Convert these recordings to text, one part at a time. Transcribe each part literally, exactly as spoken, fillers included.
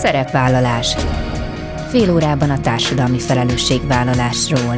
Szerepvállalás. Fél órában a társadalmi felelősségvállalásról.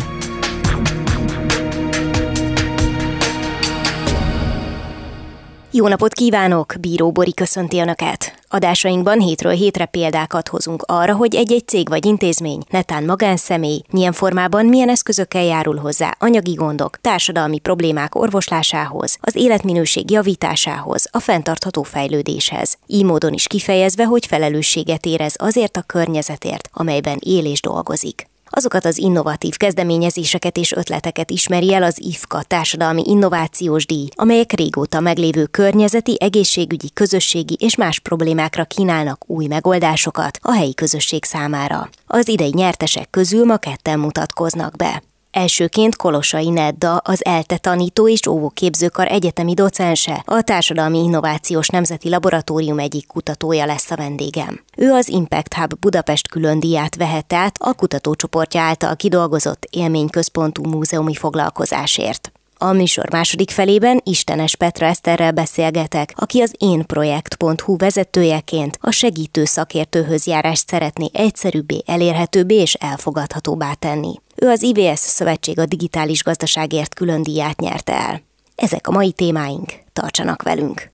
Jó napot kívánok! Bíró Bori köszönti Önöket! Adásainkban hétről hétre példákat hozunk arra, hogy egy-egy cég vagy intézmény, netán magánszemély, milyen formában, milyen eszközökkel járul hozzá anyagi gondok, társadalmi problémák orvoslásához, az életminőség javításához, a fenntartható fejlődéshez. Így módon is kifejezve, hogy felelősséget érez azért a környezetért, amelyben él és dolgozik. Azokat az innovatív kezdeményezéseket és ötleteket ismeri el az ifka Társadalmi Innovációs Díj, amelyek régóta meglévő környezeti, egészségügyi, közösségi és más problémákra kínálnak új megoldásokat a helyi közösség számára. Az idei nyertesek közül ma ketten mutatkoznak be. Elsőként Kolosai Nedda, az ELTE tanító és óvóképzőkar egyetemi docense, a Társadalmi Innovációs Nemzeti Laboratórium egyik kutatója lesz a vendégem. Ő az Impact Hub Budapest külön díját vehette át a kutatócsoportja által kidolgozott élményközpontú múzeumi foglalkozásért. A műsor második felében Istenes Petra Eszterrel beszélgetek, aki az én projekt pont hu vezetőjeként a segítő szakértőhöz járást szeretné egyszerűbbé, elérhetőbbé és elfogadhatóbbá tenni. Ő az i bé es Szövetség a digitális gazdaságért külön díját nyerte el. Ezek a mai témáink, tartsanak velünk!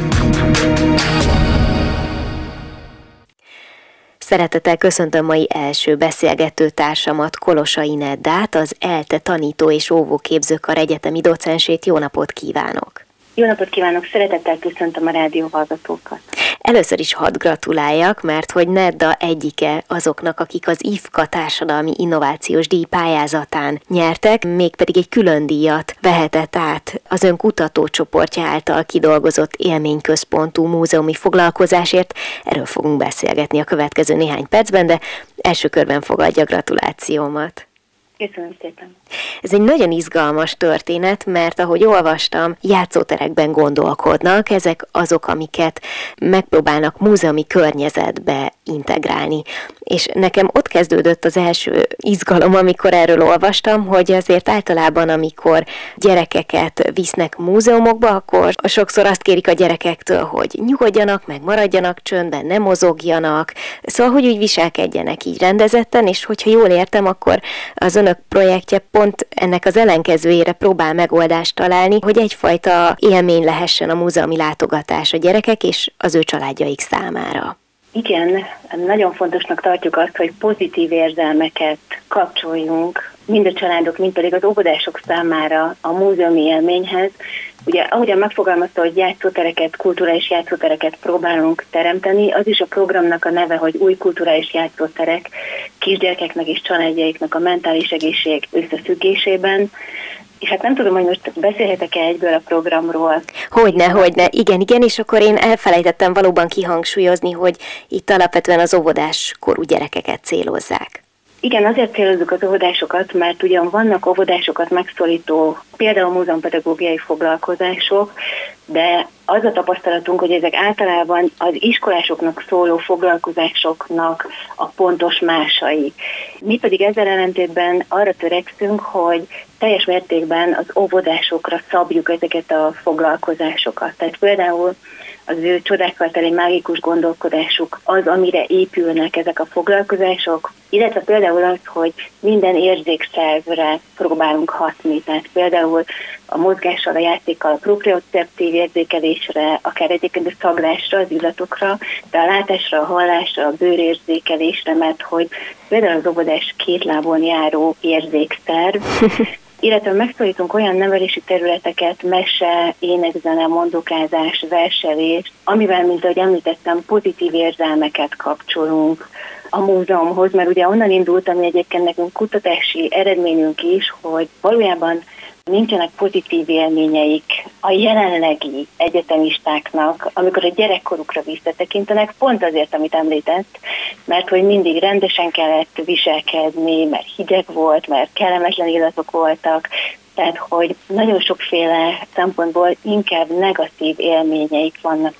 Szeretettel köszöntöm mai első beszélgető társamat, Kolosai Neddát, az ELTE tanító és óvóképzőkar egyetemi docensét. Jó napot kívánok! Jó napot kívánok! Szeretettel köszöntöm a rádióhallgatókat! Először is hadd gratuláljak, mert hogy Nedda egyike azoknak, akik az ifka Társadalmi Innovációs Díj pályázatán nyertek, mégpedig egy külön díjat vehetett át az ön kutatócsoportja által kidolgozott élményközpontú múzeumi foglalkozásért. Erről fogunk beszélgetni a következő néhány percben, de első körben fogadja gratulációmat. Köszönöm szépen. Ez egy nagyon izgalmas történet, mert ahogy olvastam, játszóterekben gondolkodnak, ezek azok, amiket megpróbálnak múzeumi környezetbe integrálni. És nekem ott kezdődött az első izgalom, amikor erről olvastam, hogy azért általában, amikor gyerekeket visznek múzeumokba, akkor sokszor azt kérik a gyerekektől, hogy nyugodjanak, meg maradjanak csöndben, ne mozogjanak, szóval, hogy úgy viselkedjenek így rendezetten, és hogyha jól értem, akkor az önök projektje pont ennek az ellenkezőjére próbál megoldást találni, hogy egyfajta élmény lehessen a múzeumi látogatás a gyerekek és az ő családjaik számára. Igen, nagyon fontosnak tartjuk azt, hogy pozitív érzelmeket kapcsoljunk mind a családok, mind pedig az óvodások számára a múzeumi élményhez. Ugye, ahogyan megfogalmazta, hogy játszótereket, kulturális játszótereket próbálunk teremteni, az is a programnak a neve, hogy új kulturális játszóterek kisgyerekeknek és családjaiknak a mentális egészség összefüggésében. És hát nem tudom, hogy most beszélhetek-e egyből a programról. Hogyne, hogyne. Igen, igen, és akkor én elfelejtettem valóban kihangsúlyozni, hogy itt alapvetően az óvodás korú gyerekeket célozzák. Igen, azért célozzuk az óvodásokat, mert ugyan vannak óvodásokat megszólító, például múzeumpedagógiai foglalkozások, de az a tapasztalatunk, hogy ezek általában az iskolásoknak szóló foglalkozásoknak a pontos másai. Mi pedig ezzel ellentétben arra törekszünk, hogy teljes mértékben az óvodásokra szabjuk ezeket a foglalkozásokat. Tehát például az ő csodákkal teli mágikus gondolkodásuk az, amire épülnek ezek a foglalkozások, illetve például az, hogy minden érzékszervre próbálunk hatni. Tehát például a mozgással, a játékkal, a proprioceptív érzékelésre, akár egyébként a szaglásra, az illatokra, de a látásra, a hallásra, a bőrérzékelésre, mert hogy például az óvodás két lábon járó érzékszerv, illetve megszólítunk olyan nevelési területeket, mese, énekzene, mondokázás, verselés, amivel, mint ahogy említettem, pozitív érzelmeket kapcsolunk a múzeumhoz, mert ugye onnan indult, ami egyébként nekünk kutatási eredményünk is, hogy valójában nincsenek pozitív élményeik a jelenlegi egyetemistáknak, amikor a gyerekkorukra visszatekintenek, pont azért, amit említett, mert hogy mindig rendesen kellett viselkedni, mert hideg volt, mert kellemetlen illatok voltak, tehát hogy nagyon sokféle szempontból inkább negatív élményeik vannak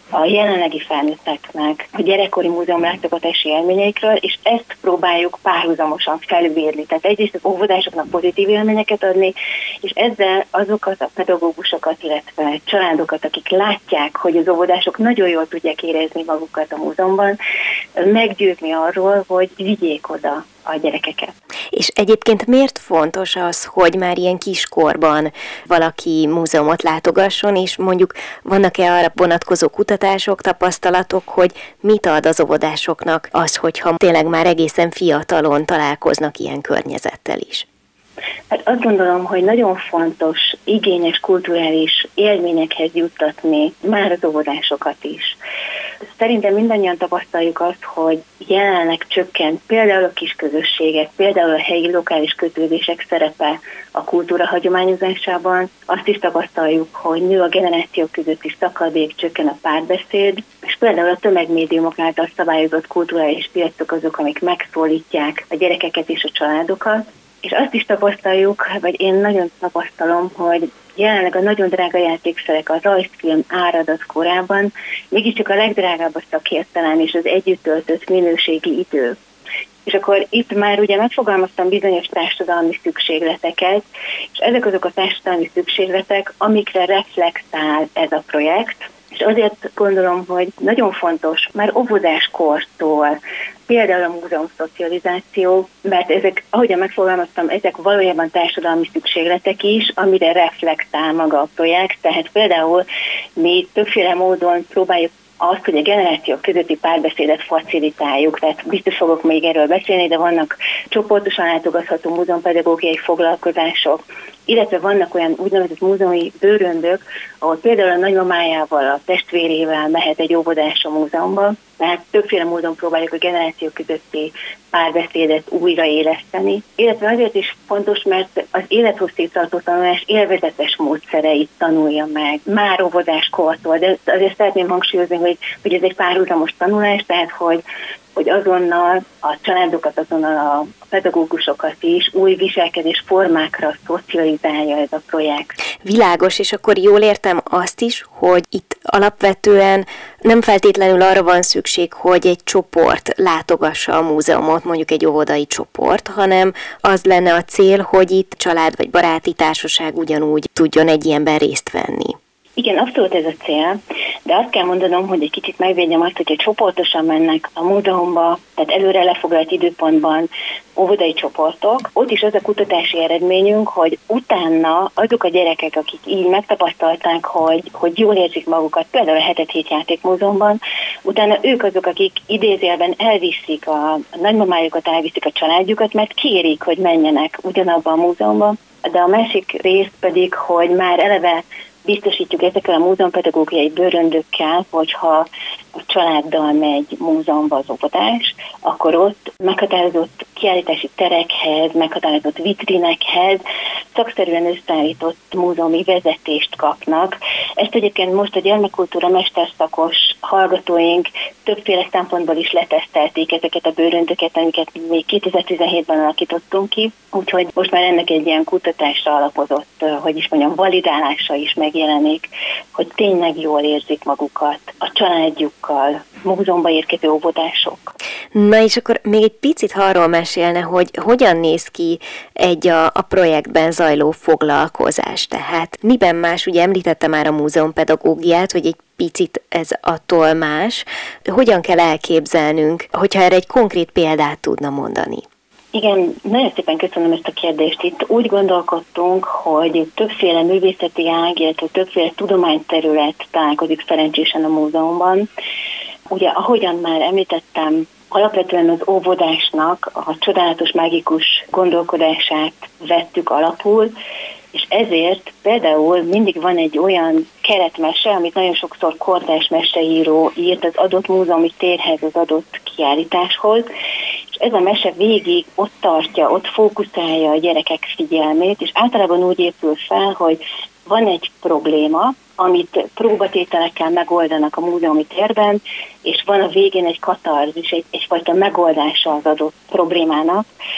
a jelenlegi felnőtteknek a gyerekkori múzeum látogatási élményeikről, és ezt próbáljuk párhuzamosan felülírni. Tehát egyrészt az óvodásoknak pozitív élményeket adni, és ezzel azokat a pedagógusokat, illetve családokat, akik látják, hogy az óvodások nagyon jól tudják érezni magukat a múzeumban, meggyőzni arról, hogy vigyék oda a gyerekeket. És egyébként miért fontos az, hogy már ilyen kiskorban valaki múzeumot látogasson, és mondjuk vannak-e arra vonatkozó kutatások, tapasztalatok, hogy mit ad az óvodásoknak az, hogyha tényleg már egészen fiatalon találkoznak ilyen környezettel is? Hát azt gondolom, hogy nagyon fontos, igényes kulturális élményekhez juttatni már az óvodásokat is. Szerintem mindannyian tapasztaljuk azt, hogy jelenleg csökkent például a kisközösségek, például a helyi lokális kötődések szerepe a kultúra hagyományozásában. Azt is tapasztaljuk, hogy nő a generációk közötti szakadék, csökken a párbeszéd, és például a tömegmédiumok által szabályozott kulturális piacok azok, amik megszólítják a gyerekeket és a családokat. És azt is tapasztaljuk, vagy én nagyon tapasztalom, hogy jelenleg a nagyon drága játékszerek, a rajzfilm áradat korában mégiscsak a legdrágább a szakértelem és az együtt töltött minőségi idő. És akkor itt már ugye megfogalmaztam bizonyos társadalmi szükségleteket, és ezek azok a társadalmi szükségletek, amikre reflektál ez a projekt. És azért gondolom, hogy nagyon fontos már óvodáskortól, például a múzeum szocializáció, mert ezek, ahogyan megfogalmaztam, ezek valójában társadalmi szükségletek is, amire reflektál maga a projekt. Tehát például mi többféle módon próbáljuk azt, hogy a generációk közötti párbeszédet facilitáljuk, tehát biztos fogok még erről beszélni, de vannak csoportosan látogatható múzeumpedagógiai foglalkozások, illetve vannak olyan úgynevezett múzeumi bőröndök, ahol például a nagymamájával, a testvérével mehet egy óvodás a múzeumba, tehát többféle módon próbáljuk a generációk közötti párbeszédet újraéleszteni. Illetve azért is fontos, mert az élethosszig tartó tanulás élvezetes módszereit tanulja meg, már óvodáskortól, de azért szeretném hangsúlyozni, hogy, hogy ez egy párhuzamos tanulás, tehát hogy hogy azonnal a családokat, azonnal a pedagógusokat is új viselkedés formákra szocializálja ez a projekt. Világos, és akkor jól értem azt is, hogy itt alapvetően nem feltétlenül arra van szükség, hogy egy csoport látogassa a múzeumot, mondjuk egy óvodai csoport, hanem az lenne a cél, hogy itt család vagy baráti társaság ugyanúgy tudjon egy ilyenben részt venni. Igen, abszolút ez a cél, de azt kell mondanom, hogy egy kicsit megvédjem azt, hogyha csoportosan mennek a múzeumba, tehát előre lefoglalt időpontban óvodai csoportok, ott is az a kutatási eredményünk, hogy utána azok a gyerekek, akik így megtapasztalták, hogy, hogy jól érzik magukat, például a hetet hét játékmúzeumban, utána ők azok, akik idézőjelben elviszik a nagymamájukat, elviszik a családjukat, mert kérik, hogy menjenek ugyanabba a múzeumba, de a másik rész pedig, hogy már eleve biztosítjuk ezekkel a múzeumpedagógiai bőröndökkel, hogyha a családdal megy múzeumba az óvodás, akkor ott meghatározott kiállítási terekhez, meghatározott vitrinekhez szakszerűen összeállított múzeumi vezetést kapnak. Ezt egyébként most a gyermekkultúra mesterszakos hallgatóink többféle szempontból is letesztelték ezeket a bőröndöket, amiket még kétezer-tizenhétben alakítottunk ki, úgyhogy most már ennek egy ilyen kutatásra alapozott, hogy is mondjam, validálása is megjelenik, hogy tényleg jól érzik magukat a családjukkal, múzeumba érkező óvodások. Na és akkor még egy picit arról mesélne, hogy hogyan néz ki egy a, a projektben zajló foglalkozás. Tehát miben más, ugye említette már a múzeumpedagógiát, hogy egy picit ez attól más. Hogyan kell elképzelnünk, hogyha erre egy konkrét példát tudna mondani? Igen, nagyon szépen köszönöm ezt a kérdést. Itt úgy gondolkodtunk, hogy többféle művészeti ág, illetve többféle tudományterület találkozik szerencsésen a múzeumban. Ugye, ahogyan már említettem, alapvetően az óvodásnak a csodálatos, mágikus gondolkodását vettük alapul, és ezért például mindig van egy olyan keretmese, amit nagyon sokszor kortárs meseíró írt az adott múzeumi térhez, az adott kiállításhoz, és ez a mese végig ott tartja, ott fókuszálja a gyerekek figyelmét, és általában úgy épül fel, hogy van egy probléma, amit próbatételekkel megoldanak a múzeumi térben, és van a végén egy katarzis, egy, egyfajta megoldása az adott problémának.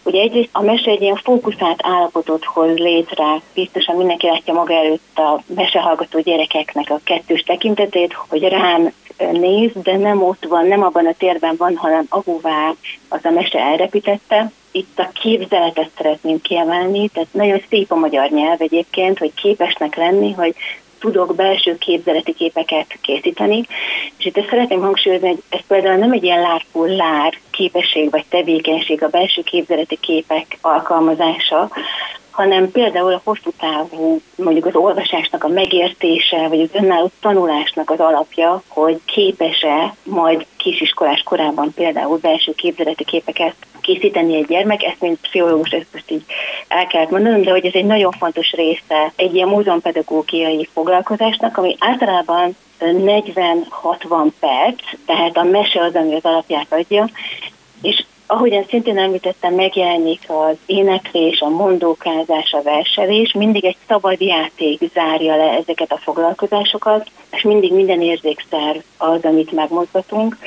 Ugye egyrészt a mese egy ilyen fókuszált állapotot hoz létre, biztosan mindenki látja maga előtt a mesehallgató gyerekeknek a kettős tekintetét, hogy rám néz, de nem ott van, nem abban a térben van, hanem ahová az a mese elrepítette. Itt a képzeletet szeretném kiemelni, tehát nagyon szép a magyar nyelv egyébként, hogy képesnek lenni, hogy tudok belső képzeleti képeket készíteni, és itt ezt szeretném hangsúlyozni, hogy ez például nem egy ilyen lár-pullár képesség vagy tevékenység a belső képzeleti képek alkalmazása, hanem például a hosszú távú, mondjuk az olvasásnak a megértése, vagy az önálló tanulásnak az alapja, hogy képes-e majd kisiskolás korában például belső képzeleti képeket készíteni egy gyermek, ezt mint pszichológus ezt most így el kellett mondanom, de hogy ez egy nagyon fontos része egy ilyen múzeumpedagógiai foglalkozásnak, ami általában negyven-hatvan perc, tehát a mese az, ami az alapját adja, és ahogyan szintén említettem, megjelenik az éneklés, a mondókázás, a verselés, mindig egy szabad játék zárja le ezeket a foglalkozásokat, és mindig minden érzékszer az, amit megmozgatunk,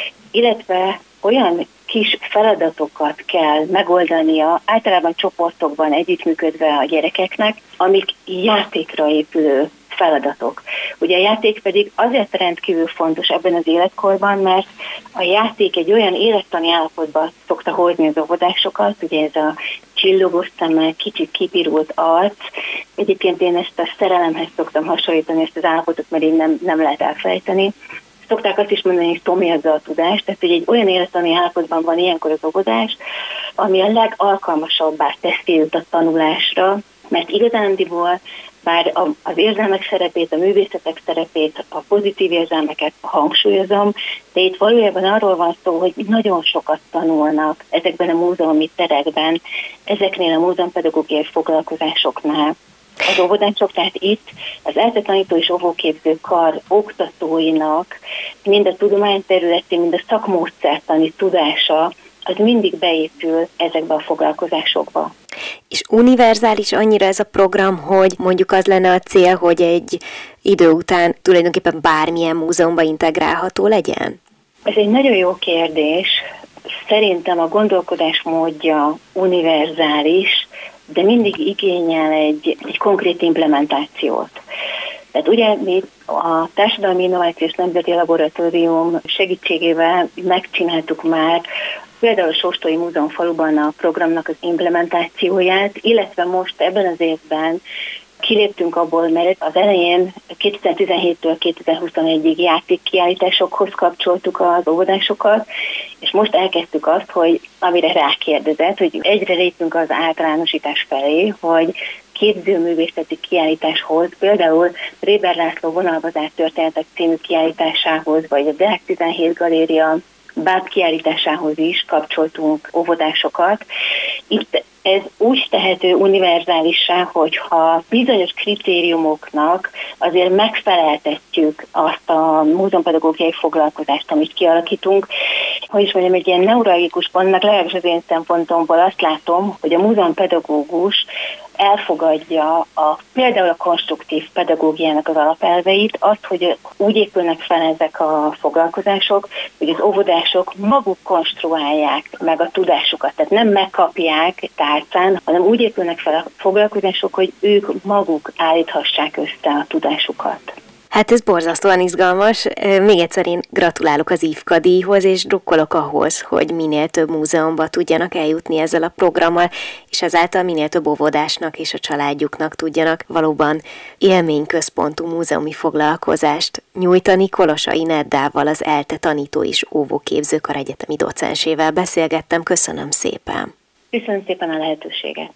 illetve olyan kis feladatokat kell megoldania, általában csoportokban együttműködve a gyerekeknek, amik játékra épülő feladatok. Ugye a játék pedig azért rendkívül fontos ebben az életkorban, mert a játék egy olyan élettani állapotba szokta hozni az óvodásokat, ugye ez a csillogós szemmel, kicsit kipirult arc. Egyébként én ezt a szerelemhez szoktam hasonlítani, ezt az állapotot, mert így nem, nem lehet elfelejteni. Szokták azt is mondani, hogy szomjazza a tudást, tehát hogy egy olyan élettani állapotban van ilyenkor az óvodás, ami a legalkalmasabbá teszi őt a tanulásra, mert igazándiból bár az érzelmek szerepét, a művészetek szerepét, a pozitív érzelmeket hangsúlyozom, de itt valójában arról van szó, hogy nagyon sokat tanulnak ezekben a múzeumi terekben, ezeknél a múzeumpedagógiai foglalkozásoknál. Az óvodások, tehát itt az ELTE tanító és óvóképző kar oktatóinak mind a tudományterületi, mind a szakmódszertani tudása, az mindig beépül ezekbe a foglalkozásokba. És univerzális annyira ez a program, hogy mondjuk az lenne a cél, hogy egy idő után tulajdonképpen bármilyen múzeumba integrálható legyen? Ez egy nagyon jó kérdés. Szerintem a gondolkodás módja univerzális, de mindig igényel egy, egy konkrét implementációt. Tehát ugye mi a Társadalmi Innovációs Nemzeti Laboratórium segítségével megcsináltuk már például a Sóstói Múzeumfaluban a programnak az implementációját, illetve most ebben az évben kiléptünk abból, mert az elején kétezer-tizenhéttől kétezer-huszonegyig játékkiállításokhoz kapcsoltuk az óvodásokat, és most elkezdtük azt, hogy amire rákérdezett, hogy egyre lépünk az általánosítás felé, hogy képzőművészeti kiállításhoz, például Réber László vonalbazárt történetek című kiállításához, vagy a Deák tizenhét galéria báb kiállításához is kapcsoltunk óvodásokat. Itt ez úgy tehető univerzálissá, hogyha bizonyos kritériumoknak azért megfeleltetjük azt a múzeumpedagógiai foglalkozást, amit kialakítunk. Hogy is mondjam, egy ilyen neuralgikus pontnak, legalábbis az én szempontomból azt látom, hogy a múzeumpedagógus elfogadja a, például a konstruktív pedagógiának az alapelveit, azt, hogy úgy épülnek fel ezek a foglalkozások, hogy az óvodások maguk konstruálják meg a tudásukat, tehát nem megkapják tárcán, hanem úgy épülnek fel a foglalkozások, hogy ők maguk állíthassák össze a tudásukat. Hát ez borzasztóan izgalmas. Még egyszer én gratulálok az IFKA díjhoz, és drukkolok ahhoz, hogy minél több múzeumba tudjanak eljutni ezzel a programmal, és ezáltal minél több óvodásnak és a családjuknak tudjanak valóban élményközpontú múzeumi foglalkozást nyújtani. Kolosai Neddával, az ELTE tanító és óvóképzőkar egyetemi docensével beszélgettem. Köszönöm szépen! Köszönöm szépen a lehetőséget!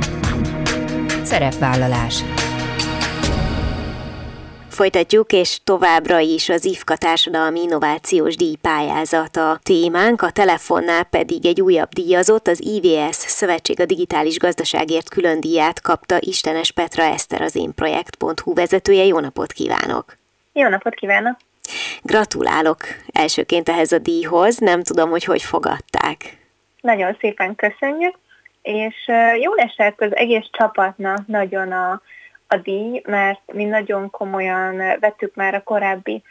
Szerepvállalás. Folytatjuk, és továbbra is az IFKA Társadalmi Innovációs Díj pályázat a témánk, a telefonnál pedig egy újabb díjazott, az i vé es Szövetség a digitális gazdaságért külön díját kapta Istenes Petra Eszter, az énprojekt pont hu vezetője. Jó napot kívánok! Jó napot kívánok! Gratulálok elsőként ehhez a díjhoz, nem tudom, hogy hogy fogadták. Nagyon szépen köszönjük, és jól esett az egész csapatnak nagyon a a díj, mert mi nagyon komolyan vettük már a korábbi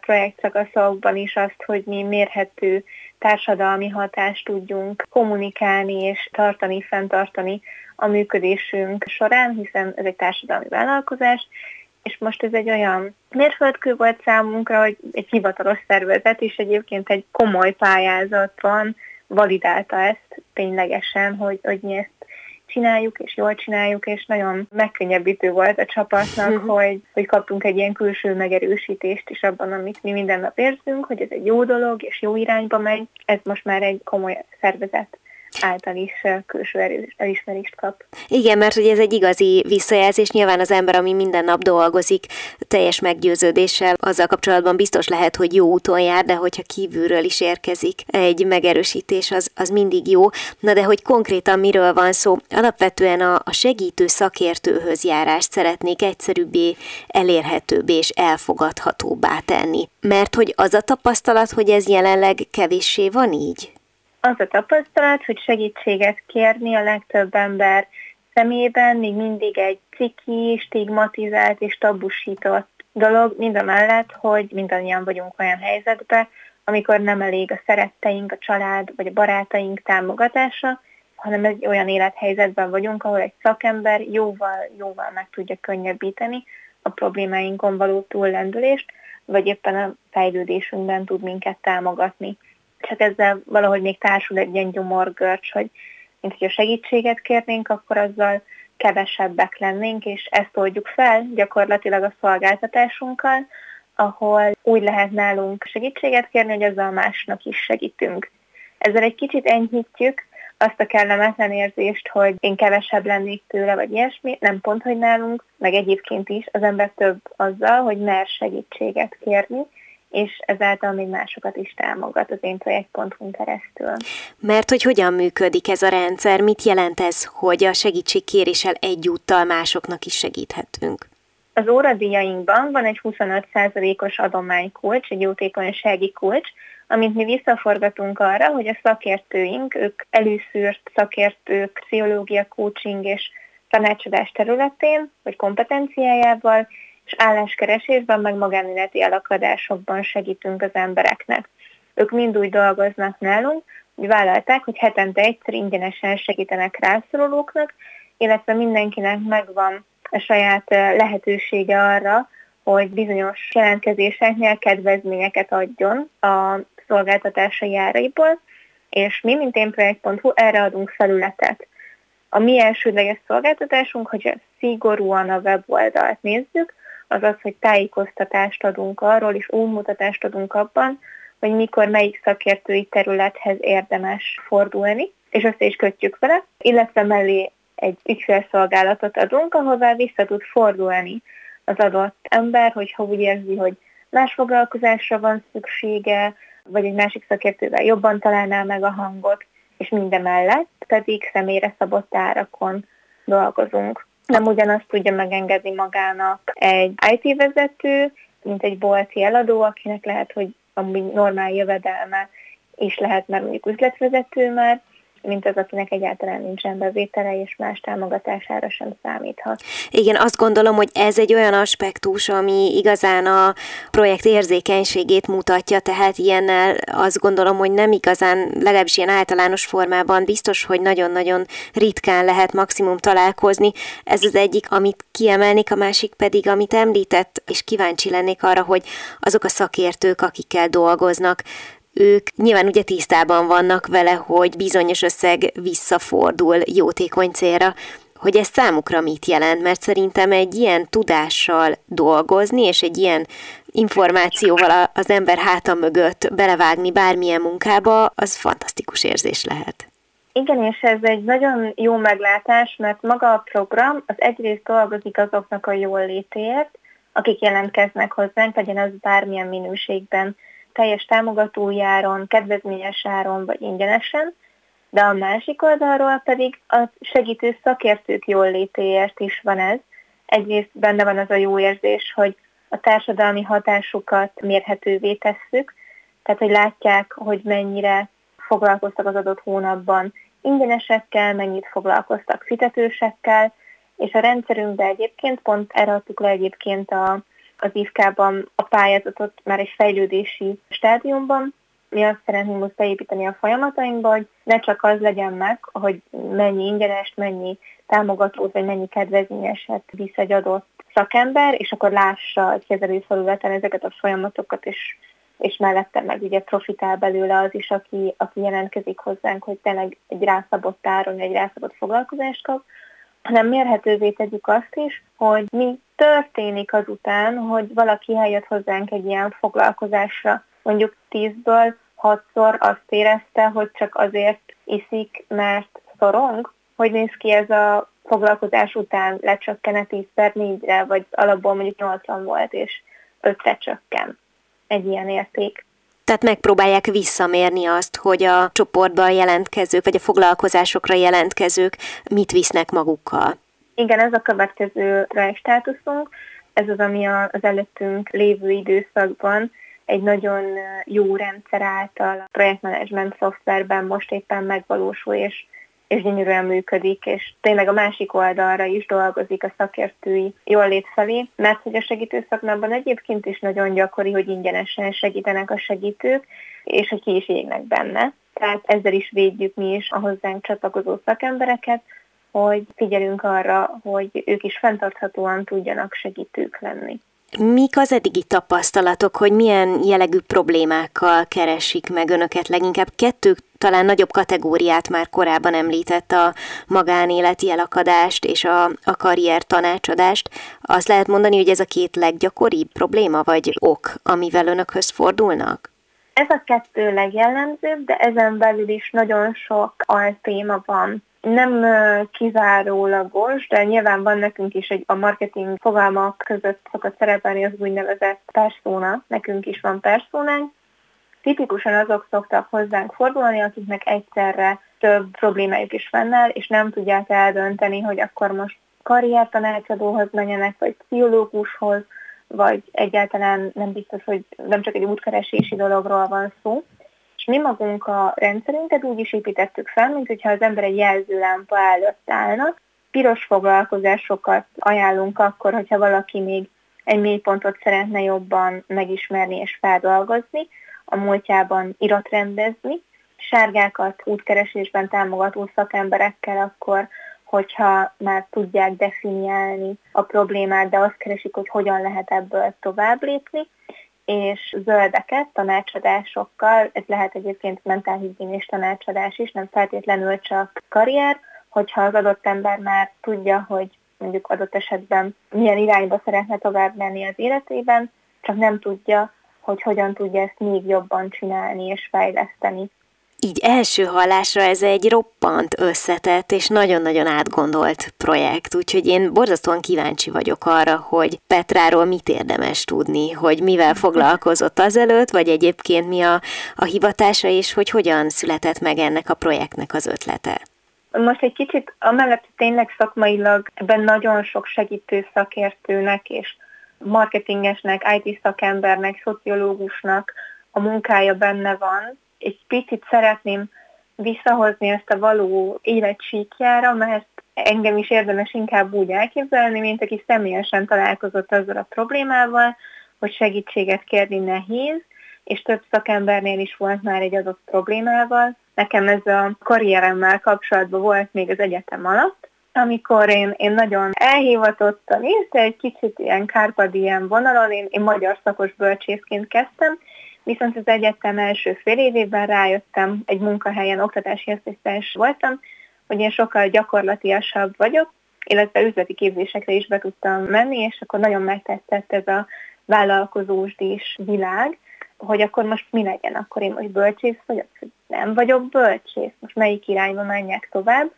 projektszakaszokban is azt, hogy mi mérhető társadalmi hatást tudjunk kommunikálni és tartani, fenntartani a működésünk során, hiszen ez egy társadalmi vállalkozás, és most ez egy olyan mérföldkő volt számunkra, hogy egy hivatalos szervezet is egyébként egy komoly pályázaton validálta ezt ténylegesen, hogy, hogy mi ezt csináljuk, és jól csináljuk, és nagyon megkönnyebbítő volt a csapatnak, hogy, hogy kaptunk egy ilyen külső megerősítést is abban, amit mi minden nap érzünk, hogy ez egy jó dolog, és jó irányba megy. Ez most már egy komoly szervezet által is külső elismerést kap. Igen, mert ugye ez egy igazi visszajelzés, nyilván az ember, ami minden nap dolgozik, teljes meggyőződéssel azzal kapcsolatban biztos lehet, hogy jó úton jár, de hogyha kívülről is érkezik egy megerősítés, az, az mindig jó. Na de hogy konkrétan miről van szó? Alapvetően a, a segítő szakértőhöz járást szeretnék egyszerűbbé, elérhetőbbé és elfogadhatóbbá tenni. Mert hogy az a tapasztalat, hogy ez jelenleg kevéssé van így? Az a tapasztalat, hogy segítséget kérni a legtöbb ember szemében még mindig egy ciki, stigmatizált és tabusított dolog, mindamellett, hogy mindannyian vagyunk olyan helyzetben, amikor nem elég a szeretteink, a család vagy a barátaink támogatása, hanem egy olyan élethelyzetben vagyunk, ahol egy szakember jóval, jóval meg tudja könnyebbíteni a problémáinkon való túllendülést, vagy éppen a fejlődésünkben tud minket támogatni. Csak ezzel valahogy még társul egy ilyen gyomorgörcs, hogy mint hogy a segítséget kérnénk, akkor azzal kevesebbek lennénk, és ezt oldjuk fel gyakorlatilag a szolgáltatásunkkal, ahol úgy lehet nálunk segítséget kérni, hogy azzal másnak is segítünk. Ezzel egy kicsit enyhítjük azt a kellemetlen érzést, hogy én kevesebb lennék tőle, vagy ilyesmi, nem pont, hogy nálunk, meg egyébként is az ember több azzal, hogy mer segítséget kérni, és ezáltal még másokat is támogat az én projekt pont hu-n keresztül. Mert hogy hogyan működik ez a rendszer? Mit jelent ez, hogy a segítségkéréssel egyúttal másoknak is segíthetünk? Az óradíjainkban van egy huszonöt százalékos adománykulcs, egy jótékonysági kulcs, amit mi visszaforgatunk arra, hogy a szakértőink, ők előszűrt szakértők, pszichológia, coaching és tanácsadás területén, vagy kompetenciájával, és álláskeresésben, meg magánéleti elakadásokban segítünk az embereknek. Ők mind úgy dolgoznak nálunk, hogy vállalták, hogy hetente egyszer ingyenesen segítenek rászorulóknak, illetve mindenkinek megvan a saját lehetősége arra, hogy bizonyos jelentkezéseknél kedvezményeket adjon a szolgáltatásai áraiból, és mi, mint én projekt pont hu, erre adunk felületet. A mi elsődleges szolgáltatásunk, hogyha szigorúan a weboldalt nézzük, az az, hogy tájékoztatást adunk arról, és útmutatást adunk abban, hogy mikor melyik szakértői területhez érdemes fordulni, és azt is kötjük vele, illetve mellé egy ügyfélszolgálatot adunk, ahová vissza tud fordulni az adott ember, hogyha úgy érzi, hogy más foglalkozásra van szüksége, vagy egy másik szakértővel jobban találná meg a hangot, és mindemellett pedig személyre szabott árakon dolgozunk. Nem ugyanazt tudja megengedni magának egy i té vezető, mint egy bolti eladó, akinek lehet, hogy amúgy normál jövedelme is lehet, mert mondjuk üzletvezető már, mint az, akinek egyáltalán nincsen bevétele, és más támogatására sem számíthat. Igen, azt gondolom, hogy ez egy olyan aspektus, ami igazán a projekt érzékenységét mutatja, tehát ilyennel azt gondolom, hogy nem igazán, legalábbis ilyen általános formában biztos, hogy nagyon-nagyon ritkán lehet maximum találkozni. Ez az egyik, amit kiemelnék, a másik pedig, amit említett, és kíváncsi lennék arra, hogy azok a szakértők, akikkel dolgoznak, ők nyilván ugye tisztában vannak vele, hogy bizonyos összeg visszafordul jótékony célra, hogy ez számukra mit jelent, mert szerintem egy ilyen tudással dolgozni, és egy ilyen információval az ember háta mögött belevágni bármilyen munkába, az fantasztikus érzés lehet. Igen, és ez egy nagyon jó meglátás, mert maga a program az egyrészt dolgozik azoknak a jól létéért, akik jelentkeznek hozzánk, legyen az bármilyen minőségben, teljes támogatójáron, kedvezményes áron vagy ingyenesen, de a másik oldalról pedig a segítő szakértők jól létéért is van ez. Egyrészt benne van az a jó érzés, hogy a társadalmi hatásukat mérhetővé tesszük, tehát hogy látják, hogy mennyire foglalkoztak az adott hónapban ingyenesekkel, mennyit foglalkoztak fizetősekkel, és a rendszerünkben egyébként pont erre adtuk le egyébként a az i ef ká-ban a pályázatot már egy fejlődési stádiumban. Mi azt szeretnénk most beépíteni a folyamatainkba, hogy ne csak az legyen meg, hogy mennyi ingyenest, mennyi támogatót, vagy mennyi kedvezményeset visz egy adott szakember, és akkor lássa a kezelőfelületen ezeket a folyamatokat, és, és mellette meg ugye profitál belőle az is, aki, aki jelentkezik hozzánk, hogy tényleg egy rászabott áron, egy rászabott foglalkozást kap, hanem mérhetővé tegyük azt is, hogy mi történik azután, hogy valaki eljött hozzánk egy ilyen foglalkozásra. Mondjuk tízből hatszor azt érezte, hogy csak azért iszik, mert szorong. Hogy néz ki ez a foglalkozás után, lecsökken tíz per négyre, vagy alapból mondjuk nyolcvan volt, és ötre csökken egy ilyen érték. Tehát megpróbálják visszamérni azt, hogy a csoportban jelentkezők, vagy a foglalkozásokra jelentkezők mit visznek magukkal. Igen, ez a következő projektstátuszunk. Ez az, ami az előttünk lévő időszakban egy nagyon jó rendszer által a projektmenedzsment szoftverben most éppen megvalósul, és, és gyönyörűen működik, és tényleg a másik oldalra is dolgozik a szakértői jólét felé, mert hogy a segítőszakmában egyébként is nagyon gyakori, hogy ingyenesen segítenek a segítők, és hogy ki is égnek benne. Tehát ezzel is védjük mi is a hozzánk csatlakozó szakembereket, hogy figyelünk arra, hogy ők is fenntarthatóan tudjanak segítők lenni. Mik az eddigi tapasztalatok, hogy milyen jellegű problémákkal keresik meg önöket leginkább? Kettő talán nagyobb kategóriát már korábban említett, a magánéleti elakadást és a, a karrier tanácsadást. Azt lehet mondani, hogy ez a két leggyakoribb probléma vagy ok, amivel önökhöz fordulnak? Ez a kettő legjellemzőbb, de ezen belül is nagyon sok altéma van. Nem kizárólagos, de nyilván van nekünk is egy, a marketing fogalmak között szokott szerepelni az úgynevezett persona, nekünk is van personánk. Tipikusan azok szoktak hozzánk fordulni, akiknek egyszerre több problémájuk is fennáll, és nem tudják eldönteni, hogy akkor most karriertanácsadóhoz menjenek, vagy pszichológushoz, vagy egyáltalán nem biztos, hogy nem csak egy útkeresési dologról van szó. És mi magunk a rendszerünket úgy is építettük fel, mint hogyha az ember egy jelzőlámpa előtt állna. Piros foglalkozásokat ajánlunk akkor, hogyha valaki még egy mélypontot szeretne jobban megismerni és feldolgozni, a múltjában iratrendezni. Sárgákat útkeresésben támogató szakemberekkel akkor, hogyha már tudják definiálni a problémát, de azt keresik, hogy hogyan lehet ebből tovább lépni, és zöldeket tanácsadásokkal, ez lehet egyébként mentálhigiénés tanácsadás is, nem feltétlenül csak karrier, hogyha az adott ember már tudja, hogy mondjuk adott esetben milyen irányba szeretne tovább menni az életében, csak nem tudja, hogy hogyan tudja ezt még jobban csinálni és fejleszteni. Így első hallásra ez egy roppant összetett és nagyon-nagyon átgondolt projekt, úgyhogy én borzasztóan kíváncsi vagyok arra, hogy Petráról mit érdemes tudni, hogy mivel foglalkozott azelőtt, vagy egyébként mi a, a hivatása, és hogy hogyan született meg ennek a projektnek az ötlete. Most egy kicsit amellett tényleg szakmailag ebben nagyon sok segítő szakértőnek és marketingesnek, i té szakembernek, szociológusnak a munkája benne van. Egy picit szeretném visszahozni ezt a való életsíkjára, mert engem is érdemes inkább úgy elképzelni, mint aki személyesen találkozott azzal a problémával, hogy segítséget kérni nehéz, és több szakembernél is volt már egy adott problémával. Nekem ez a karrieremmel kapcsolatban volt még az egyetem alatt, amikor én, én nagyon elhivatottan érte, egy kicsit ilyen Carpe Diem vonalon, én, én magyar szakos bölcsészként kezdtem, viszont az egyetem első fél évében rájöttem, egy munkahelyen oktatási asszisztens voltam, hogy én sokkal gyakorlatiasabb vagyok, illetve üzleti képzésekre is be tudtam menni, és akkor nagyon megtetszett ez a vállalkozósdis világ, hogy akkor most mi legyen, akkor én most bölcsész vagyok, nem vagyok bölcsész, most melyik irányba menjek tovább,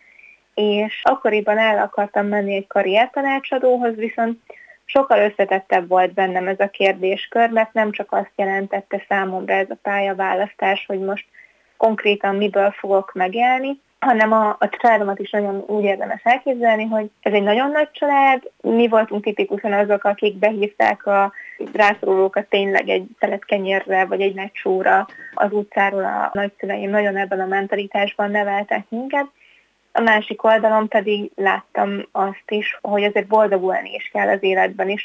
és akkoriban el akartam menni egy karriertanácsadóhoz, viszont sokkal összetettebb volt bennem ez a kérdéskör, mert nem csak azt jelentette számomra ez a pályaválasztás, hogy most konkrétan miből fogok megélni, hanem a, a családomat is nagyon úgy érdemes elképzelni, hogy ez egy nagyon nagy család, mi voltunk tipikusan azok, akik behívták a rászorulókat tényleg egy szelet kenyérre, vagy egy nagy sóra az utcáról. A nagyszüleim nagyon ebben a mentalitásban neveltek minket. A másik oldalon pedig láttam azt is, hogy azért boldogulni is kell az életben is,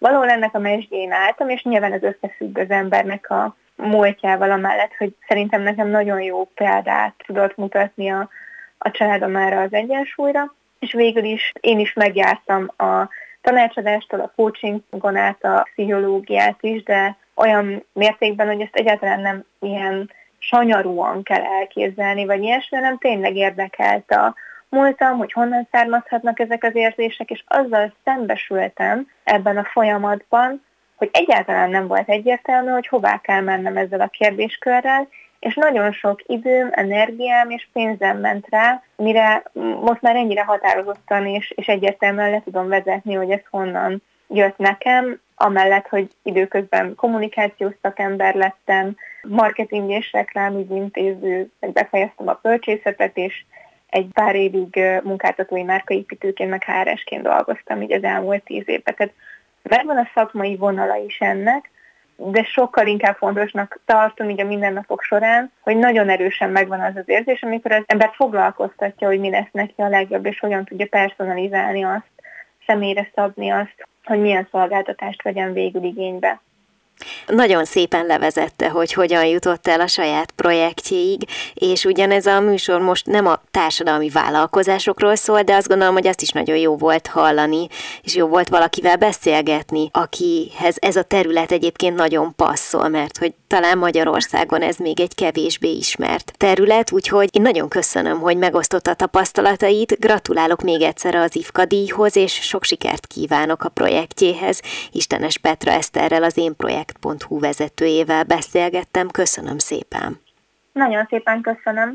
valahol ennek a mesdjén álltam, és nyilván ez összefügg az embernek a múltjával, amellett, hogy szerintem nekem nagyon jó példát tudott mutatni a, a családom erre az egyensúlyra, és végül is én is megjártam a tanácsadástól, a coachingon át a pszichológiát is, de olyan mértékben, hogy ezt egyáltalán nem ilyen sanyarúan kell elképzelni, vagy ilyesmi, hanem tényleg érdekelt a múltam, hogy honnan származhatnak ezek az érzések, és azzal szembesültem ebben a folyamatban, hogy egyáltalán nem volt egyértelmű, hogy hová kell mennem ezzel a kérdéskörrel, és nagyon sok időm, energiám és pénzem ment rá, mire most már ennyire határozottan és, és egyértelműen le tudom vezetni, hogy ez honnan jött nekem, amellett, hogy időközben kommunikációs szakember lettem, marketing és reklámügyintéző, befejeztem a bölcsészetet, és egy pár évig munkáltatói márkaépítőként, meg há er esként dolgoztam így az elmúlt tíz évben. Tehát megvan a szakmai vonala is ennek, de sokkal inkább fontosnak tartom így a mindennapok során, hogy nagyon erősen megvan az az érzés, amikor az ember foglalkoztatja, hogy mi lesz neki a legjobb, és hogyan tudja personalizálni azt, személyre szabni azt, hogy milyen szolgáltatást vegyen végül igénybe. Nagyon szépen levezette, hogy hogyan jutott el a saját projektjéig, és ugyanez a műsor most nem a társadalmi vállalkozásokról szól, de azt gondolom, hogy azt is nagyon jó volt hallani, és jó volt valakivel beszélgetni, akihez ez a terület egyébként nagyon passzol, mert hogy talán Magyarországon ez még egy kevésbé ismert terület, úgyhogy én nagyon köszönöm, hogy megosztotta a tapasztalatait, gratulálok még egyszer az IFKA díjhoz, és sok sikert kívánok a projektjéhez. Istenes Petra Eszterrel, az én projekt pont hu vezetőjével beszélgettem. Köszönöm szépen. Nagyon szépen köszönöm.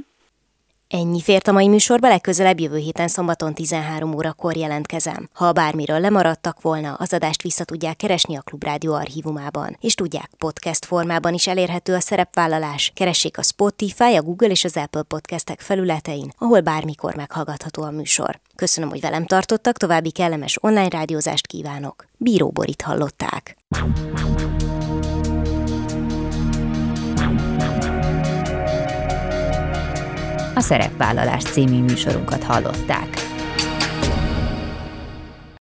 Ennyi fért a mai műsorba, legközelebb jövő héten szombaton tizenhárom órakor jelentkezem. Ha bármiről lemaradtak volna, az adást vissza tudják keresni a Klubrádió archívumában. És tudják, podcast formában is elérhető a szerepvállalás. Keressék a Spotify, a Google és az Apple podcastek felületein, ahol bármikor meghallgatható a műsor. Köszönöm, hogy velem tartottak, további kellemes online rádiózást kívánok. Bíró Borit hallották. A Szerepvállalás című műsorunkat hallották.